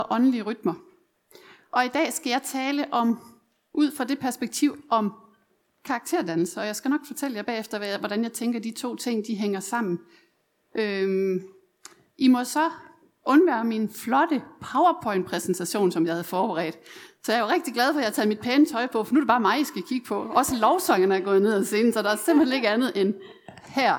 åndelige rytmer. Og i dag skal jeg tale om, ud fra det perspektiv om karakterdannelse, og jeg skal nok fortælle jer bagefter, hvordan jeg tænker, de to ting de hænger sammen. I må så undvære min flotte PowerPoint-præsentation, som jeg havde forberedt. Så jeg er jo rigtig glad for, at jeg har taget mit pæne tøj på, for nu er det bare mig, I skal kigge på. Også lovsangerne er gået ned ad scenen, så der er simpelthen ikke andet end her.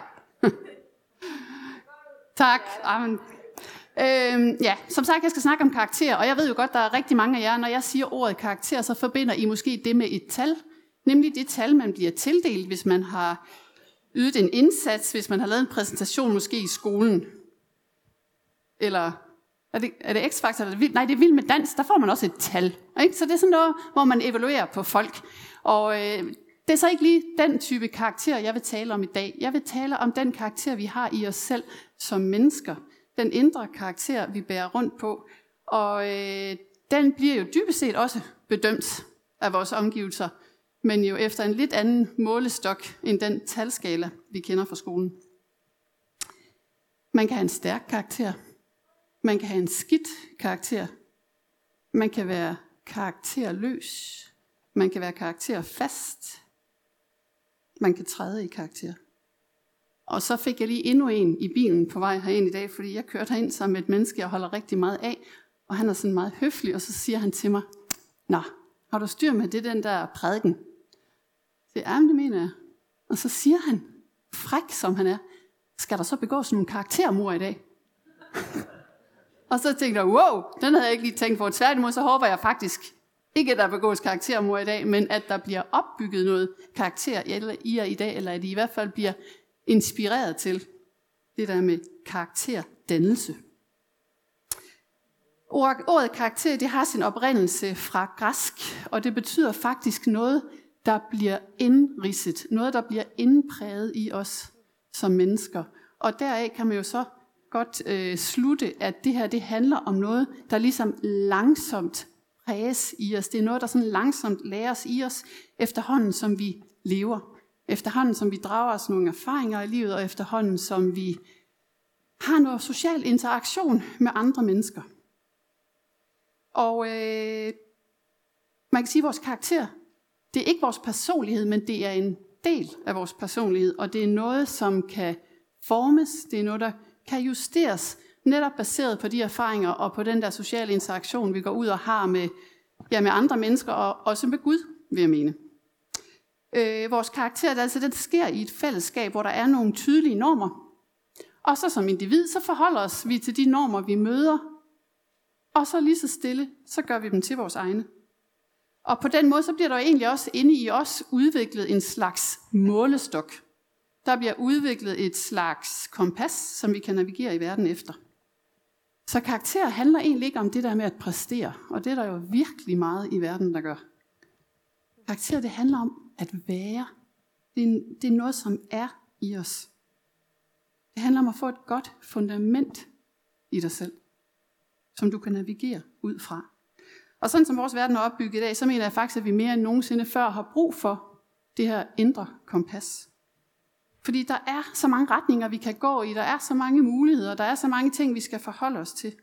Tak. Amen. Som sagt, jeg skal snakke om karakter, og jeg ved jo godt, der er rigtig mange af jer, når jeg siger ordet karakter, så forbinder I måske det med et tal, nemlig det tal, man bliver tildelt, hvis man har ydet en indsats, hvis man har lavet en præsentation måske i skolen. Eller er det X-Factor? Nej, det er Vild med Dans, der får man også et tal. Ikke? Så det er sådan noget, hvor man evaluerer på folk. Og det er så ikke lige den type karakter, jeg vil tale om i dag. Jeg vil tale om den karakter, vi har i os selv som mennesker. Den indre karakter, vi bærer rundt på. Og den bliver jo dybest set også bedømt af vores omgivelser, men jo efter en lidt anden målestok end den talskala, vi kender fra skolen. Man kan have en stærk karakter. Man kan have en skidt karakter. Man kan være karakterløs. Man kan være karakterfast. Man kan træde i karakter. Og så fik jeg lige endnu en i bilen på vej herind i dag, fordi jeg kørte herind sammen med et menneske, jeg holder rigtig meget af. Og han er sådan meget høflig, og så siger han til mig, nå, har du styr med det, den der prædiken? Så ja, det mener jeg. Og så siger han, fræk som han er, skal der så begås nogle karaktermord i dag? Og så tænkte jeg, wow, den havde jeg ikke lige tænkt på. Tværtimod, så håber jeg faktisk ikke, at der begås karaktermord i dag, men at der bliver opbygget noget karakter i jer i dag, eller at I i hvert fald bliver inspireret til det der med karakterdannelse. Ordet karakter, det har sin oprindelse fra græsk, og det betyder faktisk noget, der bliver indridset, noget, der bliver indpræget i os som mennesker. Og deraf kan man jo så godt slutte, at det her, det handler om noget, der ligesom langsomt præges i os. Det er noget, der sådan langsomt læres i os, efterhånden som vi lever. Efterhånden som vi drager os nogle erfaringer i livet, og efterhånden som vi har noget social interaktion med andre mennesker. Og man kan sige, at vores karakter, det er ikke vores personlighed, men det er en del af vores personlighed, og det er noget, som kan formes, det er noget, der kan justeres, netop baseret på de erfaringer og på den der sociale interaktion, vi går ud og har med andre mennesker, og også med Gud, vil jeg mene. Vores karakter, altså, den sker i et fællesskab, hvor der er nogle tydelige normer. Og så som individ, så forholder os vi til de normer, vi møder, og så lige så stille, så gør vi dem til vores egne. Og på den måde, så bliver der jo egentlig også inde i os udviklet en slags målestok. Der bliver udviklet et slags kompas, som vi kan navigere i verden efter. Så karakter handler egentlig ikke om det der med at præstere, og det er der jo virkelig meget i verden, der gør. Karakter, det handler om at være. Det er noget, som er i os. Det handler om at få et godt fundament i dig selv, som du kan navigere ud fra. Og sådan som vores verden er opbygget i dag, så mener jeg faktisk, at vi mere end nogensinde før har brug for det her indre kompas. Fordi der er så mange retninger, vi kan gå i, der er så mange muligheder, der er så mange ting, vi skal forholde os til.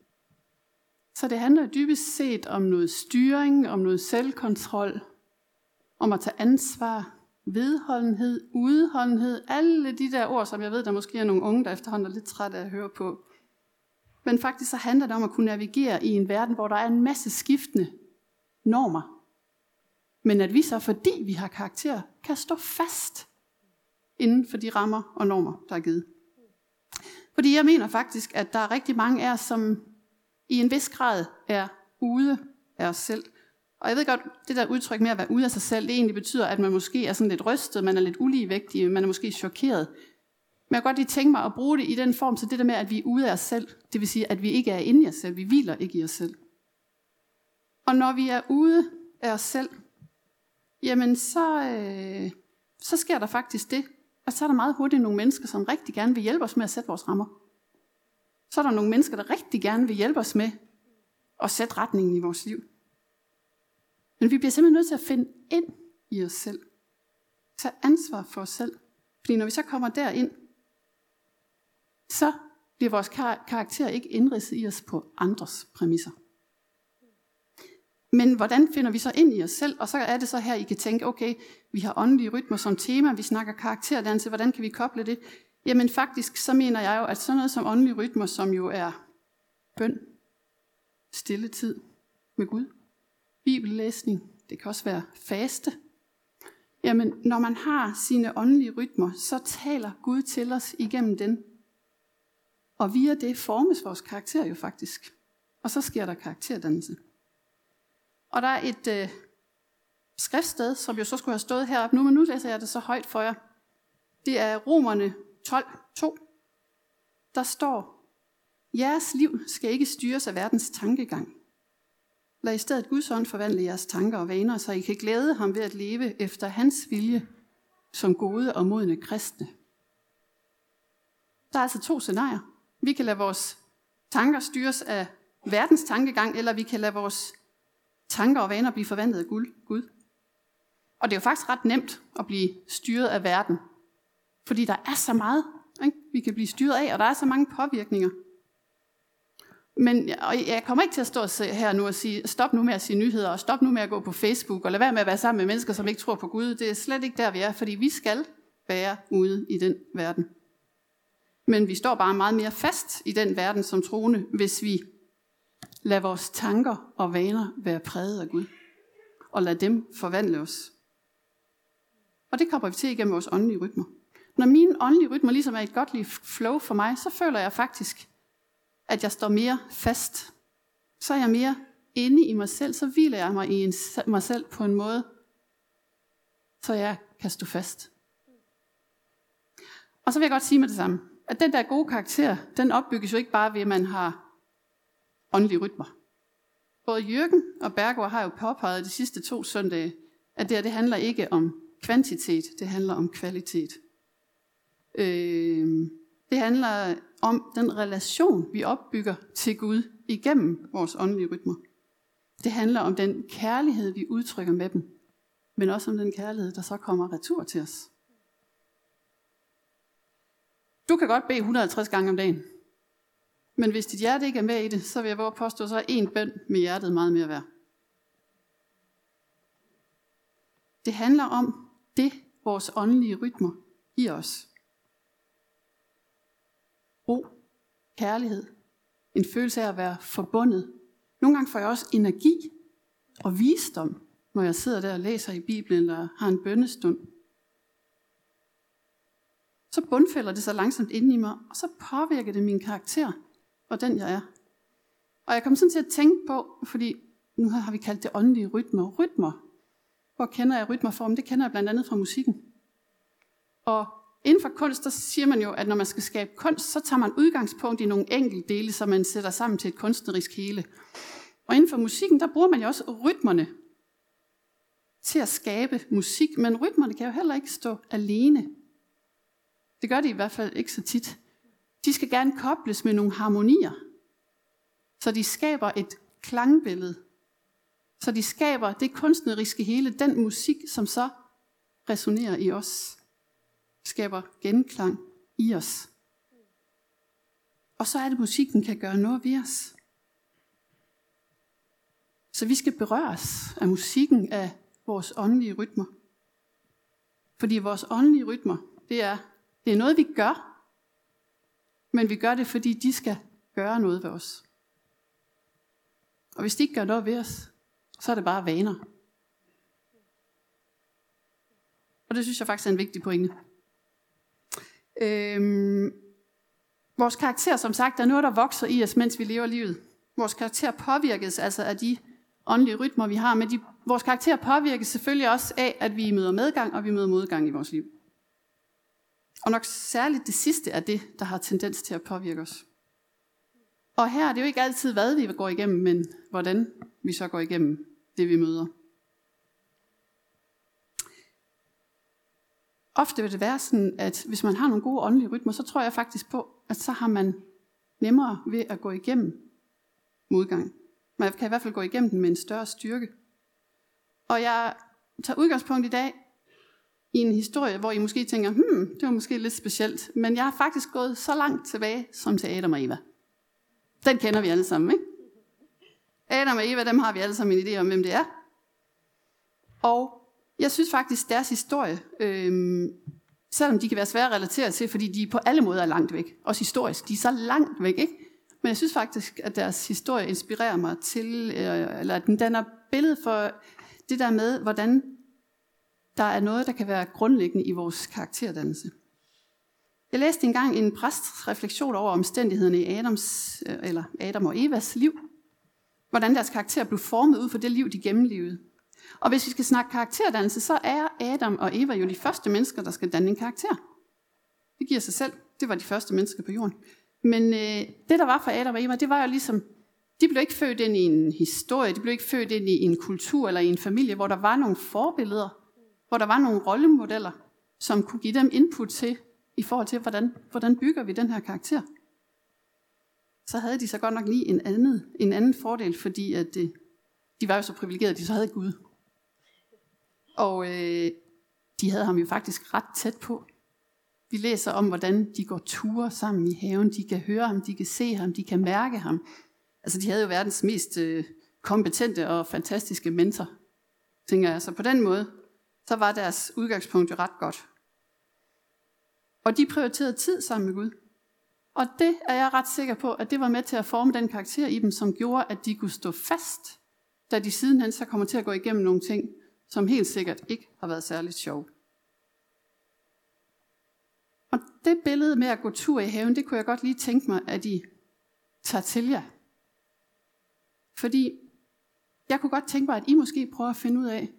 Så det handler dybest set om noget styring, om noget selvkontrol, om at tage ansvar, vedholdenhed, udholdenhed, alle de der ord, som jeg ved, der måske er nogle unge, der efterhånden er lidt trætte af at høre på. Men faktisk så handler det om at kunne navigere i en verden, hvor der er en masse skiftende normer. Men at vi så, fordi vi har karakter, kan stå fast inden for de rammer og normer, der er givet. Fordi jeg mener faktisk, at der er rigtig mange af os, som i en vis grad er ude af os selv. Og jeg ved godt, det der udtryk med at være ude af sig selv, det egentlig betyder, at man måske er sådan lidt rystet, man er lidt uligevægtig, man er måske chokeret. Men jeg kan godt lige tænke mig at bruge det i den form, så det der med, at vi er ude af os selv, det vil sige, at vi ikke er inde i os selv, vi hviler ikke i os selv. Og når vi er ude af os selv, jamen så sker der faktisk det, at så er der meget hurtigt nogle mennesker, som rigtig gerne vil hjælpe os med at sætte vores rammer. Så er der nogle mennesker, der rigtig gerne vil hjælpe os med at sætte retningen i vores liv. Men vi bliver simpelthen nødt til at finde ind i os selv. Tage ansvar for os selv. Fordi når vi så kommer derind, så bliver vores karakter ikke indridset i os på andres præmisser. Men hvordan finder vi så ind i os selv? Og så er det så her, I kan tænke, okay, vi har åndelige rytmer som tema, vi snakker karakterdannelse, hvordan kan vi koble det? Jamen faktisk, så mener jeg jo, at sådan noget som åndelige rytmer, som jo er bøn, stille tid med Gud, bibellæsning, det kan også være faste. Jamen, når man har sine åndelige rytmer, så taler Gud til os igennem den. Og via det formes vores karakter jo faktisk. Og så sker der karakterdannelse. Og der er et skriftsted, som jo så skulle have stået heroppe nu, men nu læser jeg det så højt for jer. Det er Romerne 12:2. Der står, jeres liv skal ikke styres af verdens tankegang. Lad i stedet Guds ånd forvandle jeres tanker og vaner, så I kan glæde ham ved at leve efter hans vilje som gode og modne kristne. Der er altså 2 scenarier. Vi kan lade vores tanker styres af verdens tankegang, eller vi kan lade vores tanker og vaner blive forvandlet af Gud. Og det er jo faktisk ret nemt at blive styret af verden. Fordi der er så meget, ikke, vi kan blive styret af, og der er så mange påvirkninger. Men jeg kommer ikke til at stå her nu og sige, stop nu med at sige nyheder, og stop nu med at gå på Facebook, og lad være med at være sammen med mennesker, som ikke tror på Gud. Det er slet ikke der, vi er, fordi vi skal være ude i den verden. Men vi står bare meget mere fast i den verden som troende, hvis vi lader vores tanker og vaner være præget af Gud, og lad dem forvandle os. Og det kommer vi til igennem vores åndelige rytmer. Når mine åndelige rytmer ligesom er et godligt flow for mig, så føler jeg faktisk, at jeg står mere fast. Så er jeg mere inde i mig selv, så hviler jeg mig i mig selv på en måde, så jeg kan stå fast. Og så vil jeg godt sige med det samme, at den der gode karakter, den opbygges jo ikke bare ved, at man har åndelige rytmer. Både Jürgen og Bergård har jo påpeget de sidste 2 søndage, at det handler ikke om kvantitet, det handler om kvalitet. Det handler om den relation, vi opbygger til Gud igennem vores åndelige rytmer. Det handler om den kærlighed, vi udtrykker med dem, men også om den kærlighed, der så kommer retur til os. Du kan godt bede 150 gange om dagen, men hvis dit hjerte ikke er med i det, så vil jeg våge at påstå, så er 1 bøn med hjertet meget mere værd. Det handler om det, vores åndelige rytmer giver os. Ro, kærlighed, en følelse af at være forbundet. Nogle gange får jeg også energi og visdom, når jeg sidder der og læser i Bibelen eller har en bønnestund. Så bundfælder det sig langsomt inde i mig, og så påvirker det min karakter og den jeg er. Og jeg kom sådan til at tænke på, fordi nu har vi kaldt det åndelige rytmer. Rytmer. Hvor kender jeg rytmerformen? Det kender jeg blandt andet fra musikken. Og inden for kunst, der siger man jo, at når man skal skabe kunst, så tager man udgangspunkt i nogle enkelte dele, som man sætter sammen til et kunstnerisk hele. Og inden for musikken, der bruger man jo også rytmerne til at skabe musik, men rytmerne kan jo heller ikke stå alene. Det gør de i hvert fald ikke så tit. De skal gerne kobles med nogle harmonier, så de skaber et klangbillede. Så de skaber det kunstneriske hele, den musik, som så resonerer i os. Skaber genklang i os. Og så er det, musikken kan gøre noget ved os. Så vi skal berøres af musikken, af vores åndelige rytmer. Fordi vores åndelige rytmer, det er noget, vi gør. Men vi gør det, fordi de skal gøre noget ved os. Og hvis de ikke gør noget ved os, så er det bare vaner. Og det synes jeg faktisk er en vigtig pointe. Vores karakter, som sagt, er noget, der vokser i os, mens vi lever livet. Vores karakter påvirkes altså af de åndelige rytmer, vi har, men vores karakter påvirkes selvfølgelig også af, at vi møder medgang, og vi møder modgang i vores liv. Og nok særligt det sidste er det, der har tendens til at påvirke os. Og her er det jo ikke altid, hvad vi går igennem, men hvordan vi så går igennem det, vi møder. Ofte vil det være sådan, at hvis man har nogle gode åndelige rytmer, så tror jeg faktisk på, at så har man nemmere ved at gå igennem modgang. Man kan i hvert fald gå igennem den med en større styrke. Og jeg tager udgangspunkt i dag i en historie, hvor I måske tænker, det var måske lidt specielt, men jeg har faktisk gået så langt tilbage som til Adam og Eva. Den kender vi alle sammen, ikke? Adam og Eva, dem har vi alle sammen en idé om, hvem det er. Og jeg synes faktisk, deres historie, selvom de kan være svære at relatere til, fordi de på alle måder er langt væk, også historisk, de er så langt væk, ikke? Men jeg synes faktisk, at deres historie inspirerer mig til, eller at den danner billede for det der med, hvordan der er noget, der kan være grundlæggende i vores karakterdannelse. Jeg læste engang en præsts refleksion over omstændighederne i Adam og Evas liv. Hvordan deres karakter blev formet ud fra det liv, de gennemlevede. Og hvis vi skal snakke karakterdannelse, så er Adam og Eva jo de første mennesker, der skal danne en karakter. Det giver sig selv. Det var de første mennesker på jorden. Men det, der var for Adam og Eva, det var jo ligesom, de blev ikke født ind i en historie, de blev ikke født ind i en kultur eller i en familie, hvor der var nogle forbilleder, hvor der var nogle rollemodeller, som kunne give dem input til, i forhold til, hvordan bygger vi den her karakter. Så havde de så godt nok lige en anden fordel, fordi at, de var jo så privilegerede, at de så havde Gud. Og de havde ham jo faktisk ret tæt på. Vi læser om, hvordan de går ture sammen i haven. De kan høre ham, de kan se ham, de kan mærke ham. Altså, de havde jo verdens mest kompetente og fantastiske mentor, tænker jeg. Så på den måde, så var deres udgangspunkt jo ret godt. Og de prioriterede tid sammen med Gud. Og det er jeg ret sikker på, at det var med til at forme den karakter i dem, som gjorde, at de kunne stå fast, da de sidenhen så kommer til at gå igennem nogle ting, som helt sikkert ikke har været særligt sjove. Og det billede med at gå tur i haven, det kunne jeg godt lige tænke mig, at I tager til jer. Fordi jeg kunne godt tænke mig, at I måske prøver at finde ud af,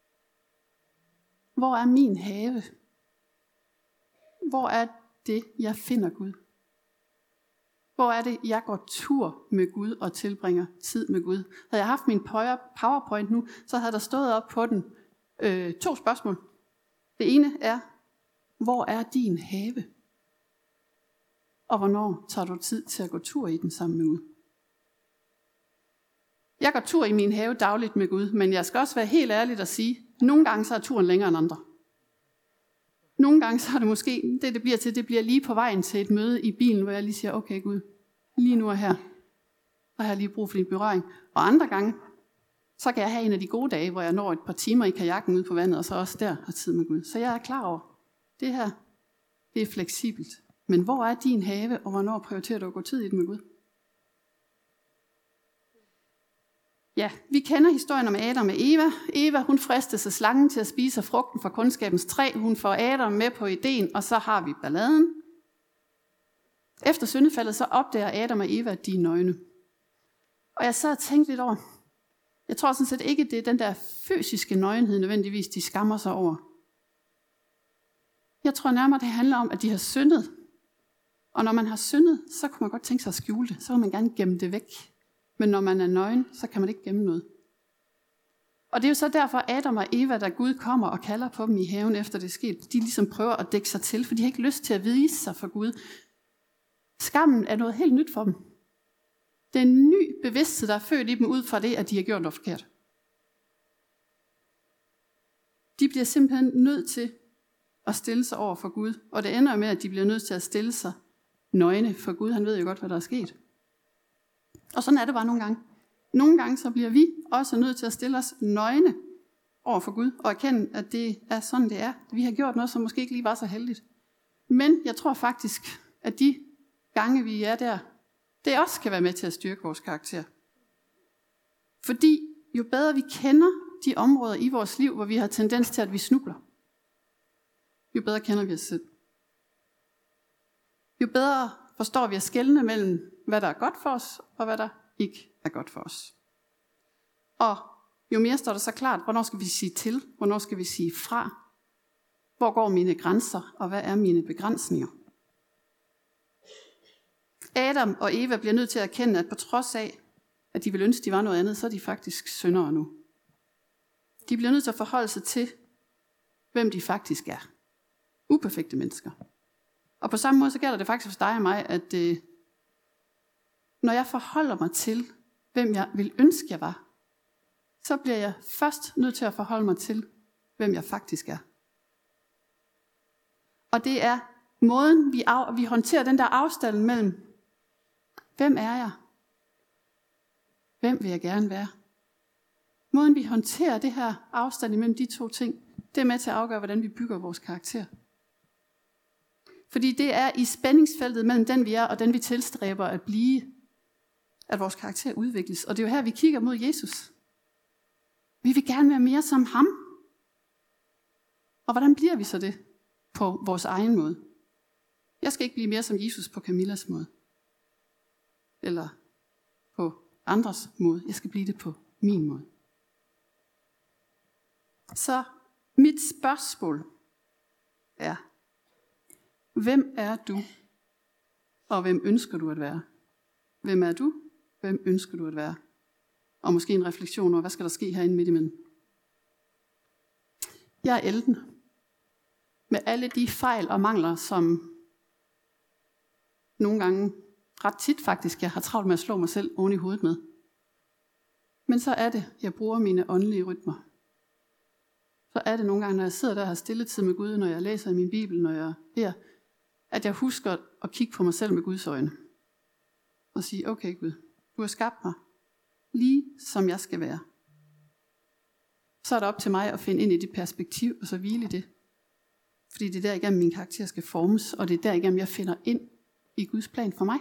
hvor er min have? Hvor er det, jeg finder Gud? Hvor er det, jeg går tur med Gud og tilbringer tid med Gud? Havde jeg haft min PowerPoint nu, så havde der stået op på den 2 spørgsmål. Det ene er, hvor er din have? Og hvornår tager du tid til at gå tur i den sammen med Gud? Jeg går tur i min have dagligt med Gud, men jeg skal også være helt ærlig og sige, nogle gange så er turen længere end andre. Nogle gange så er det måske, det bliver lige på vejen til et møde i bilen, hvor jeg lige siger, okay Gud, lige nu og her, der har jeg lige brug for din berøring. Og andre gange, så kan jeg have en af de gode dage, hvor jeg når et par timer i kajakken ude på vandet, og så også der har tid med Gud. Så jeg er klar over, det her, det er fleksibelt. Men hvor er din have, og hvornår prioriterer du at gå tid i den med Gud? Ja, vi kender historien om Adam og Eva. Eva, hun fristes af slangen til at spise frugten fra kundskabens træ. Hun får Adam med på ideen, og så har vi balladen. Efter syndefaldet, så opdager Adam og Eva, at de er nøgne. Og jeg sad og tænkte lidt over, jeg tror sådan set ikke, det er den der fysiske nøgenhed nødvendigvis, de skammer sig over. Jeg tror nærmere, det handler om, at de har syndet. Og når man har syndet, så kunne man godt tænke sig at skjule det. Så vil man gerne gemme det væk. Men når man er nøgen, så kan man ikke gemme noget. Og det er jo så derfor Adam og Eva, da Gud kommer og kalder på dem i haven efter det er sket, de ligesom prøver at dække sig til, for de har ikke lyst til at vise sig for Gud. Skammen er noget helt nyt for dem. Det er en ny bevidsthed, der er født i dem ud fra det, at de har gjort noget forkert. De bliver simpelthen nødt til at stille sig over for Gud, og det ender med, at de bliver nødt til at stille sig nøgne, for Gud han ved jo godt, hvad der er sket. Og sådan er det bare nogle gange. Nogle gange så bliver vi også nødt til at stille os nøgne over for Gud, og erkende, at det er sådan, det er. Vi har gjort noget, som måske ikke lige var så heldigt. Men jeg tror faktisk, at de gange, vi er der, det også kan være med til at styrke vores karakter. Fordi jo bedre vi kender de områder i vores liv, hvor vi har tendens til, at vi snubler, jo bedre kender vi os selv. Jo bedre forstår vi at skelne mellem, hvad der er godt for os, og hvad der ikke er godt for os. Og jo mere står det så klart, hvornår skal vi sige til, hvornår skal vi sige fra, hvor går mine grænser, og hvad er mine begrænsninger. Adam og Eva bliver nødt til at erkende, at på trods af, at de vil ønske, de var noget andet, så er de faktisk syndere nu. De bliver nødt til at forholde sig til, hvem de faktisk er. Uperfekte mennesker. Og på samme måde, så gælder det faktisk hos dig og mig, at når jeg forholder mig til, hvem jeg vil ønske, jeg var, så bliver jeg først nødt til at forholde mig til, hvem jeg faktisk er. Og det er måden, vi håndterer den der afstand mellem, hvem er jeg, Hvem vil jeg gerne være? Måden vi håndterer det her afstand imellem de to ting, det er med til at afgøre, hvordan vi bygger vores karakter. Fordi det er i spændingsfeltet mellem den vi er og den vi tilstræber at blive, at vores karakter udvikles. Og det er jo her, vi kigger mod Jesus. Vi vil gerne være mere som ham. Og hvordan bliver vi så det? På vores egen måde. Jeg skal ikke blive mere som Jesus på Camillas måde. Eller på andres måde. Jeg skal blive det på min måde. Så mit spørgsmål er, hvem er du? Og hvem ønsker du at være? Hvem er du? Hvem ønsker du at være? Og måske en refleksion over, hvad skal der ske herinde midt imellem? Jeg er Elden. Med alle de fejl og mangler, som nogle gange, ret tit faktisk, jeg har travlt med at slå mig selv oven i hovedet med. Men så er det, jeg bruger mine åndelige rytmer. Så er det nogle gange, når jeg sidder der og har stilletid med Gud, når jeg læser i min Bibel, når jeg beder, at jeg husker at kigge på mig selv med Guds øjne. Og sige, okay Gud, du har skabt mig lige som jeg skal være. Så er det op til mig at finde ind i det perspektiv, og så hvile i det. Fordi det er derigennem min karakter skal formes, og det er derigennem jeg finder ind i Guds plan for mig.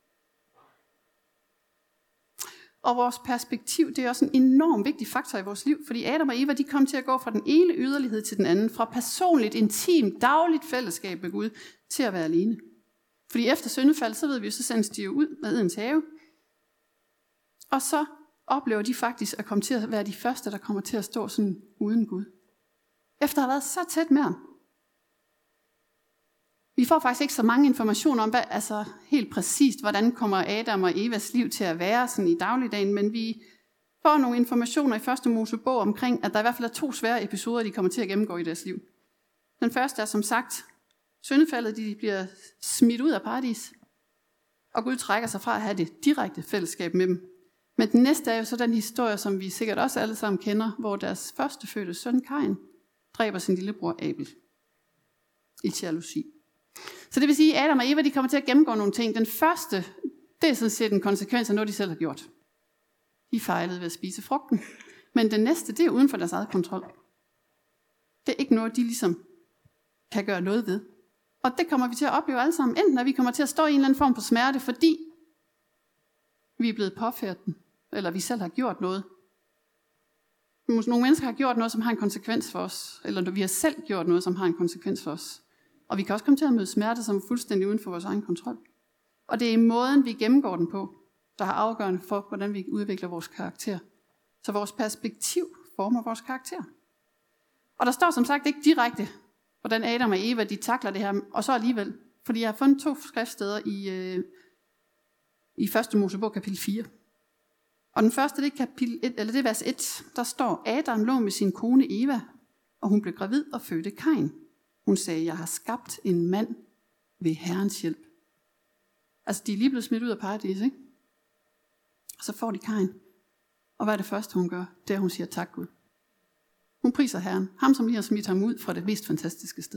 Og vores perspektiv, det er også en enormt vigtig faktor i vores liv, fordi Adam og Eva, de kom til at gå fra den ene yderlighed til den anden, fra personligt, intimt, dagligt fællesskab med Gud, til at være alene. Fordi efter syndefald, så ved vi jo, så sendes de jo ud med Edens have. Og så oplever de faktisk at komme til at være de første, der kommer til at stå sådan uden Gud. Efter at have været så tæt med ham. Vi får faktisk ikke så mange informationer om, helt præcist, hvordan kommer Adam og Evas liv til at være sådan i dagligdagen, men vi får nogle informationer i første Mosebog omkring, at der i hvert fald er 2 svære episoder, de kommer til at gennemgå i deres liv. Den første er som sagt syndefaldet, de bliver smidt ud af paradis, og Gud trækker sig fra at have det direkte fællesskab med dem. Men den næste er jo så den historie, som vi sikkert også alle sammen kender, hvor deres førstefødte søn Kain dræber sin lillebror Abel i jalousi. Så det vil sige, at Adam og Eva, de kommer til at gennemgå nogle ting. Den første, det er sådan set en konsekvens af noget, de selv har gjort. De fejlede ved at spise frugten. Men den næste, det er uden for deres eget kontrol. Det er ikke noget, de ligesom kan gøre noget ved. Og det kommer vi til at opleve alle sammen. Enten at vi kommer til at stå i en eller anden form for smerte, fordi vi er blevet påført den, eller vi selv har gjort noget. Nogle mennesker har gjort noget, som har en konsekvens for os, eller vi har selv gjort noget, som har en konsekvens for os. Og vi kan også komme til at møde smerte, som er fuldstændig uden for vores egen kontrol. Og det er måden, vi gennemgår den på, der har afgørende for, hvordan vi udvikler vores karakter. Så vores perspektiv former vores karakter. Og der står som sagt ikke direkte, hvordan Adam og Eva de takler det her, og så alligevel. Fordi jeg har fundet 2 skriftsteder i 1. Mosebog kapitel 4. Og den første, det er, kapitel 1, eller det er vers 1, der står, Adam lå med sin kone Eva, og hun blev gravid og fødte Kain. Hun sagde, jeg har skabt en mand ved Herrens hjælp. Altså, de er lige blevet smidt ud af paradis, ikke? Og så får de Kain. Og hvad er det første, hun gør? Det er, hun siger tak Gud. Hun priser Herren. Ham, som lige har smidt ham ud fra det mest fantastiske sted.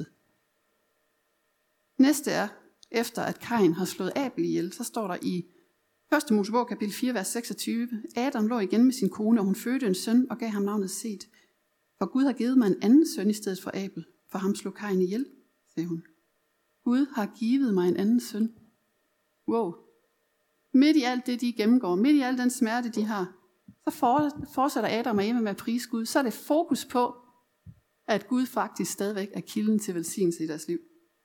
Næste er, efter at Kain har slået Abel ihjel, så står der i 1. Mosebog kapitel 4, vers 26. Adam lå igen med sin kone, og hun fødte en søn og gav ham navnet Set. For Gud har givet mig en anden søn i stedet for Abel. For ham slog Kain ihjel, sagde hun. Gud har givet mig en anden søn. Wow. Midt i alt det, de gennemgår, midt i al den smerte, de har, så fortsætter Adam og Eva med at prise Gud. Så er det fokus på, at Gud faktisk stadigvæk er kilden til velsignelse i deres liv.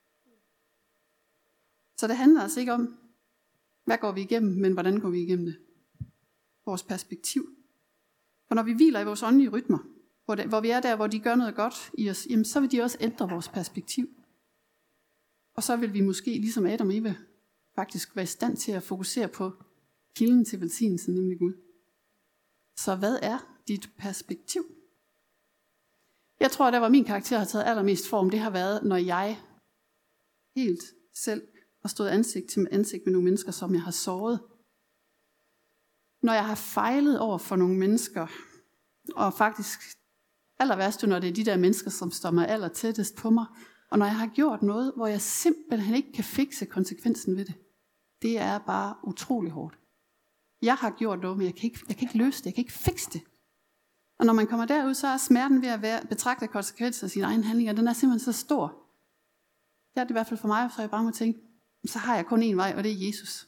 Så det handler altså ikke om, hvad går vi igennem, men hvordan går vi igennem det. Vores perspektiv. For når vi hviler i vores åndelige rytmer, hvor vi er der, hvor de gør noget godt i os, jamen så vil de også ændre vores perspektiv. Og så vil vi måske, ligesom Adam og Eva, faktisk være i stand til at fokusere på kilden til velsignelsen, nemlig Gud. Så hvad er dit perspektiv? Jeg tror, der hvor min karakter har taget allermest form, det har været, når jeg helt selv har stået ansigt til ansigt med nogle mennesker, som jeg har såret. Når jeg har fejlet over for nogle mennesker, og faktisk aller værst, når det er de der mennesker, som står mig aller tættest på mig, og når jeg har gjort noget, hvor jeg simpelthen ikke kan fikse konsekvensen ved det, det er bare utrolig hårdt. Jeg har gjort noget, men jeg kan ikke løse det. Jeg kan ikke fikse det. Og når man kommer derud, så er smerten ved at betragte konsekvenser af sine egne handlinger, den er simpelthen så stor. Det er det i hvert fald for mig, så jeg bare må tænke, så har jeg kun én vej, og det er Jesus.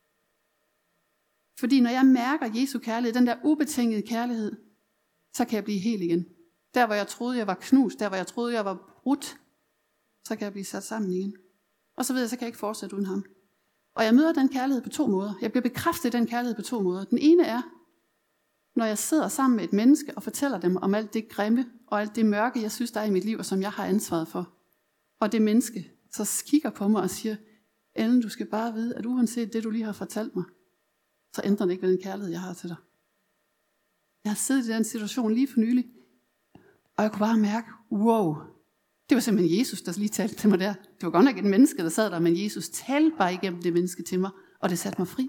Fordi når jeg mærker Jesu kærlighed, den der ubetingede kærlighed, så kan jeg blive hel igen. Der hvor jeg troede, jeg var knust, der hvor jeg troede, jeg var brudt, så kan jeg blive sat sammen igen. Og så ved jeg, så kan jeg ikke fortsætte uden ham. Og jeg møder den kærlighed på 2 måder. Jeg bliver bekræftet i den kærlighed på 2 måder. Den ene er, når jeg sidder sammen med et menneske og fortæller dem om alt det grimme og alt det mørke, jeg synes, der er i mit liv, og som jeg har ansvaret for. Og det menneske så kigger på mig og siger, Ellen, du skal bare vide, at uanset det, du lige har fortalt mig, så ændrer det ikke ved den kærlighed, jeg har til dig. Jeg har siddet i den situation lige for nylig, og jeg kunne bare mærke, wow, det var simpelthen Jesus, der lige talte til mig der. Det var godt nok et menneske, der sad der, men Jesus talte bare igennem det menneske til mig, og det satte mig fri.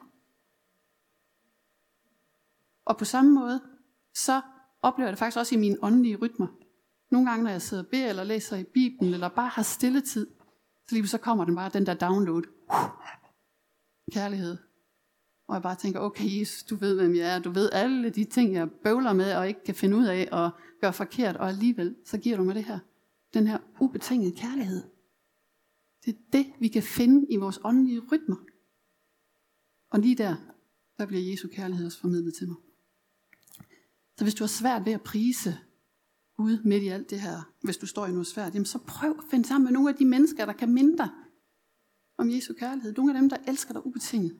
Og på samme måde, så oplever jeg det faktisk også i mine åndelige rytmer. Nogle gange, når jeg sidder og beder, eller læser i Bibelen, eller bare har stilletid, så lige så kommer den bare, den der download. Kærlighed. Og jeg bare tænker, okay Jesus, du ved, hvem jeg er. Du ved alle de ting, jeg bøvler med, og ikke kan finde ud af, og gør forkert, og alligevel, så giver du mig det her. Den her ubetingede kærlighed. Det er det, vi kan finde i vores åndelige rytmer. Og lige der bliver Jesu kærlighed også formidlet til mig. Så hvis du har svært ved at prise Gud midt i alt det her, hvis du står i noget svært, jamen så prøv at finde sammen med nogle af de mennesker, der kan minde dig om Jesu kærlighed. Nogle af dem, der elsker dig ubetinget.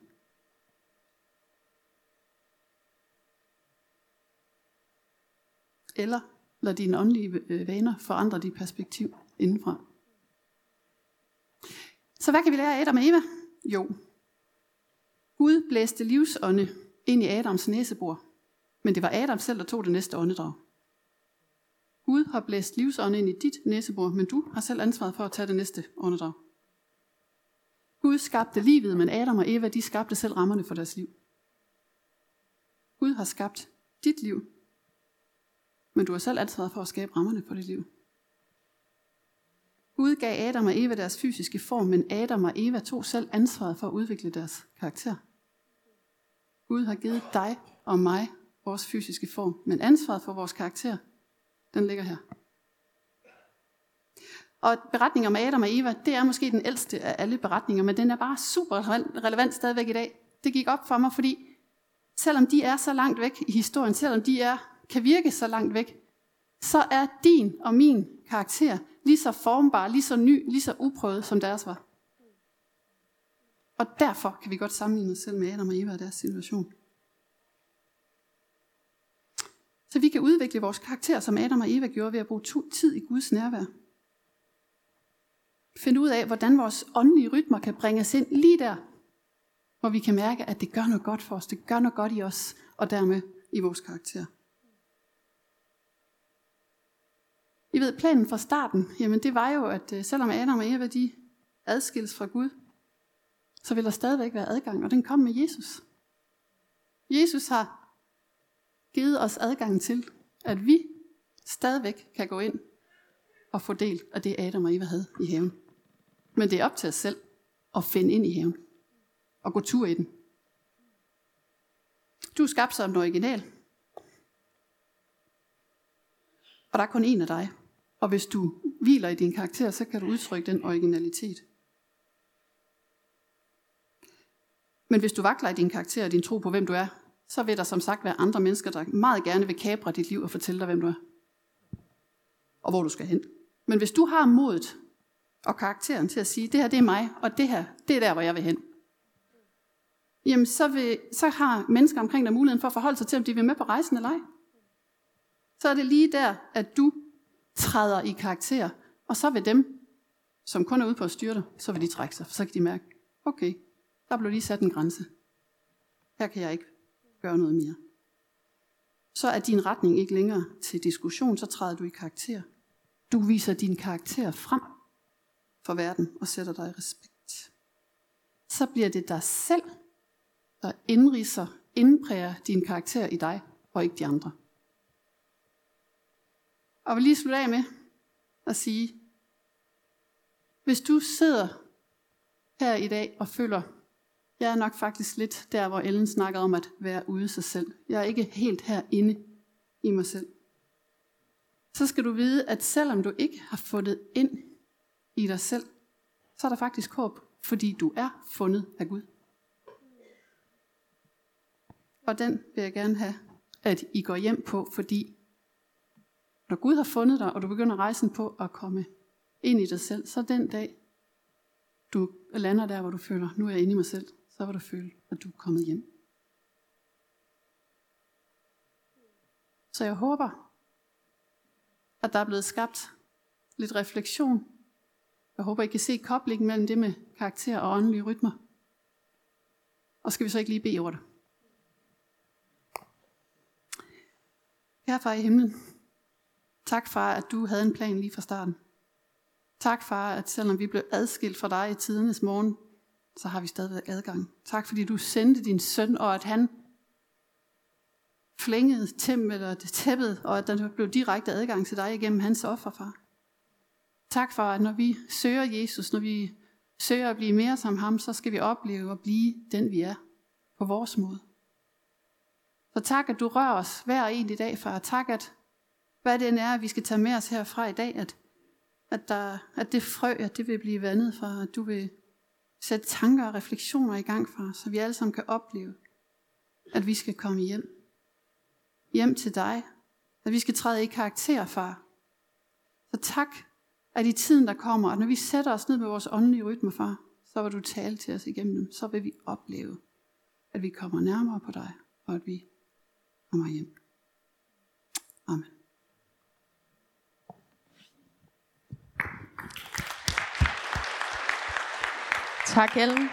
Eller lad dine åndelige vaner forandre dit perspektiv indenfra. Så hvad kan vi lære af Adam og Eva? Jo, Gud blæste livsånde ind i Adams næsebor, men det var Adam selv, der tog det næste åndedrag. Gud har blæst livsånde ind i dit næsebor, men du har selv ansvaret for at tage det næste åndedrag. Gud skabte livet, men Adam og Eva, de skabte selv rammerne for deres liv. Gud har skabt dit liv, men du har selv ansvaret for at skabe rammerne for dit liv. Gud gav Adam og Eva deres fysiske form, men Adam og Eva tog selv ansvaret for at udvikle deres karakter. Gud har givet dig og mig vores fysiske form, men ansvaret for vores karakter, den ligger her. Og beretningen om Adam og Eva, det er måske den ældste af alle beretninger, men den er bare super relevant stadigvæk i dag. Det gik op for mig, fordi selvom de er så langt væk i historien, selvom de kan virke så langt væk, så er din og min karakter lige så formbar, lige så ny, lige så uprøvet, som deres var. Og derfor kan vi godt sammenligne os selv med Adam og Eva og deres situation. Så vi kan udvikle vores karakter, som Adam og Eva gjorde, ved at bruge tid i Guds nærvær. Finde ud af, hvordan vores åndelige rytmer kan bringes ind lige der, hvor vi kan mærke, at det gør noget godt for os, det gør noget godt i os, og dermed i vores karakter. I ved, planen fra starten, jamen det var jo, at selvom Adam og Eva, de adskilles fra Gud, så vil der stadigvæk være adgang, og den kom med Jesus. Jesus har givet os adgang til, at vi stadigvæk kan gå ind og få del af det, Adam og Eva havde i haven. Men det er op til os selv at finde ind i haven og gå tur i den. Du er skabt som en original, og der er kun en af dig. Og hvis du hviler i din karakter, så kan du udtrykke den originalitet. Men hvis du vakler i din karakter og din tro på, hvem du er, så vil der som sagt være andre mennesker, der meget gerne vil kapre dit liv og fortælle dig, hvem du er. Og hvor du skal hen. Men hvis du har modet og karakteren til at sige, det her det er mig, og det her det er der, hvor jeg vil hen. Jamen så har mennesker omkring dig muligheden for at forholde sig til, om de vil med på rejsen eller ej. Så er det lige der, at du træder i karakter, og så vil dem, som kun er ude på at styre dig, så vil de trække sig, for så kan de mærke, okay, der blev lige sat en grænse. Her kan jeg ikke gøre noget mere. Så er din retning ikke længere til diskussion, så træder du i karakter. Du viser din karakter frem for verden og sætter dig i respekt. Så bliver det dig selv, der indpræger din karakter i dig, og ikke de andre. Og jeg vil lige slutte af med at sige, hvis du sidder her i dag og føler, Jeg er nok faktisk lidt der, hvor Ellen snakkede om at være ude sig selv. Jeg er ikke helt herinde i mig selv. Så skal du vide, at selvom du ikke har fundet ind i dig selv, så er der faktisk håb, fordi du er fundet af Gud. Og den vil jeg gerne have, at I går hjem på, fordi når Gud har fundet dig, og du begynder rejsen på at komme ind i dig selv, så den dag, du lander der, hvor du føler, nu er jeg inde i mig selv, så vil du føle, at du er kommet hjem. Så jeg håber, at der er blevet skabt lidt refleksion. Jeg håber, I kan se koblingen mellem det med karakter og åndelige rytmer. Og skal vi så ikke lige bede over det? Kære far i himlen, tak far, at du havde en plan lige fra starten. Tak far, at selvom vi blev adskilt fra dig i tidernes morgen, så har vi stadigvæk adgang. Tak fordi du sendte din søn, og at han flængede tæppet, og at der blev direkte adgang til dig igennem hans offer, far. Tak for, at når vi søger Jesus, når vi søger at blive mere som ham, så skal vi opleve at blive den vi er på vores måde. Så tak, at du rører os hver en i dag, far. Tak, at hvad det er, vi skal tage med os herfra i dag, at det frø, at det vil blive vandet, far. At du vil sætte tanker og refleksioner i gang, far, så vi alle sammen kan opleve, at vi skal komme hjem. Hjem til dig. At vi skal træde i karakter, far. Så tak, at i tiden, der kommer, at når vi sætter os ned med vores åndelige rytme, far, så vil du tale til os igennem dem. Så vil vi opleve, at vi kommer nærmere på dig, og at vi kommer hjem. Amen. Tak, Ellen.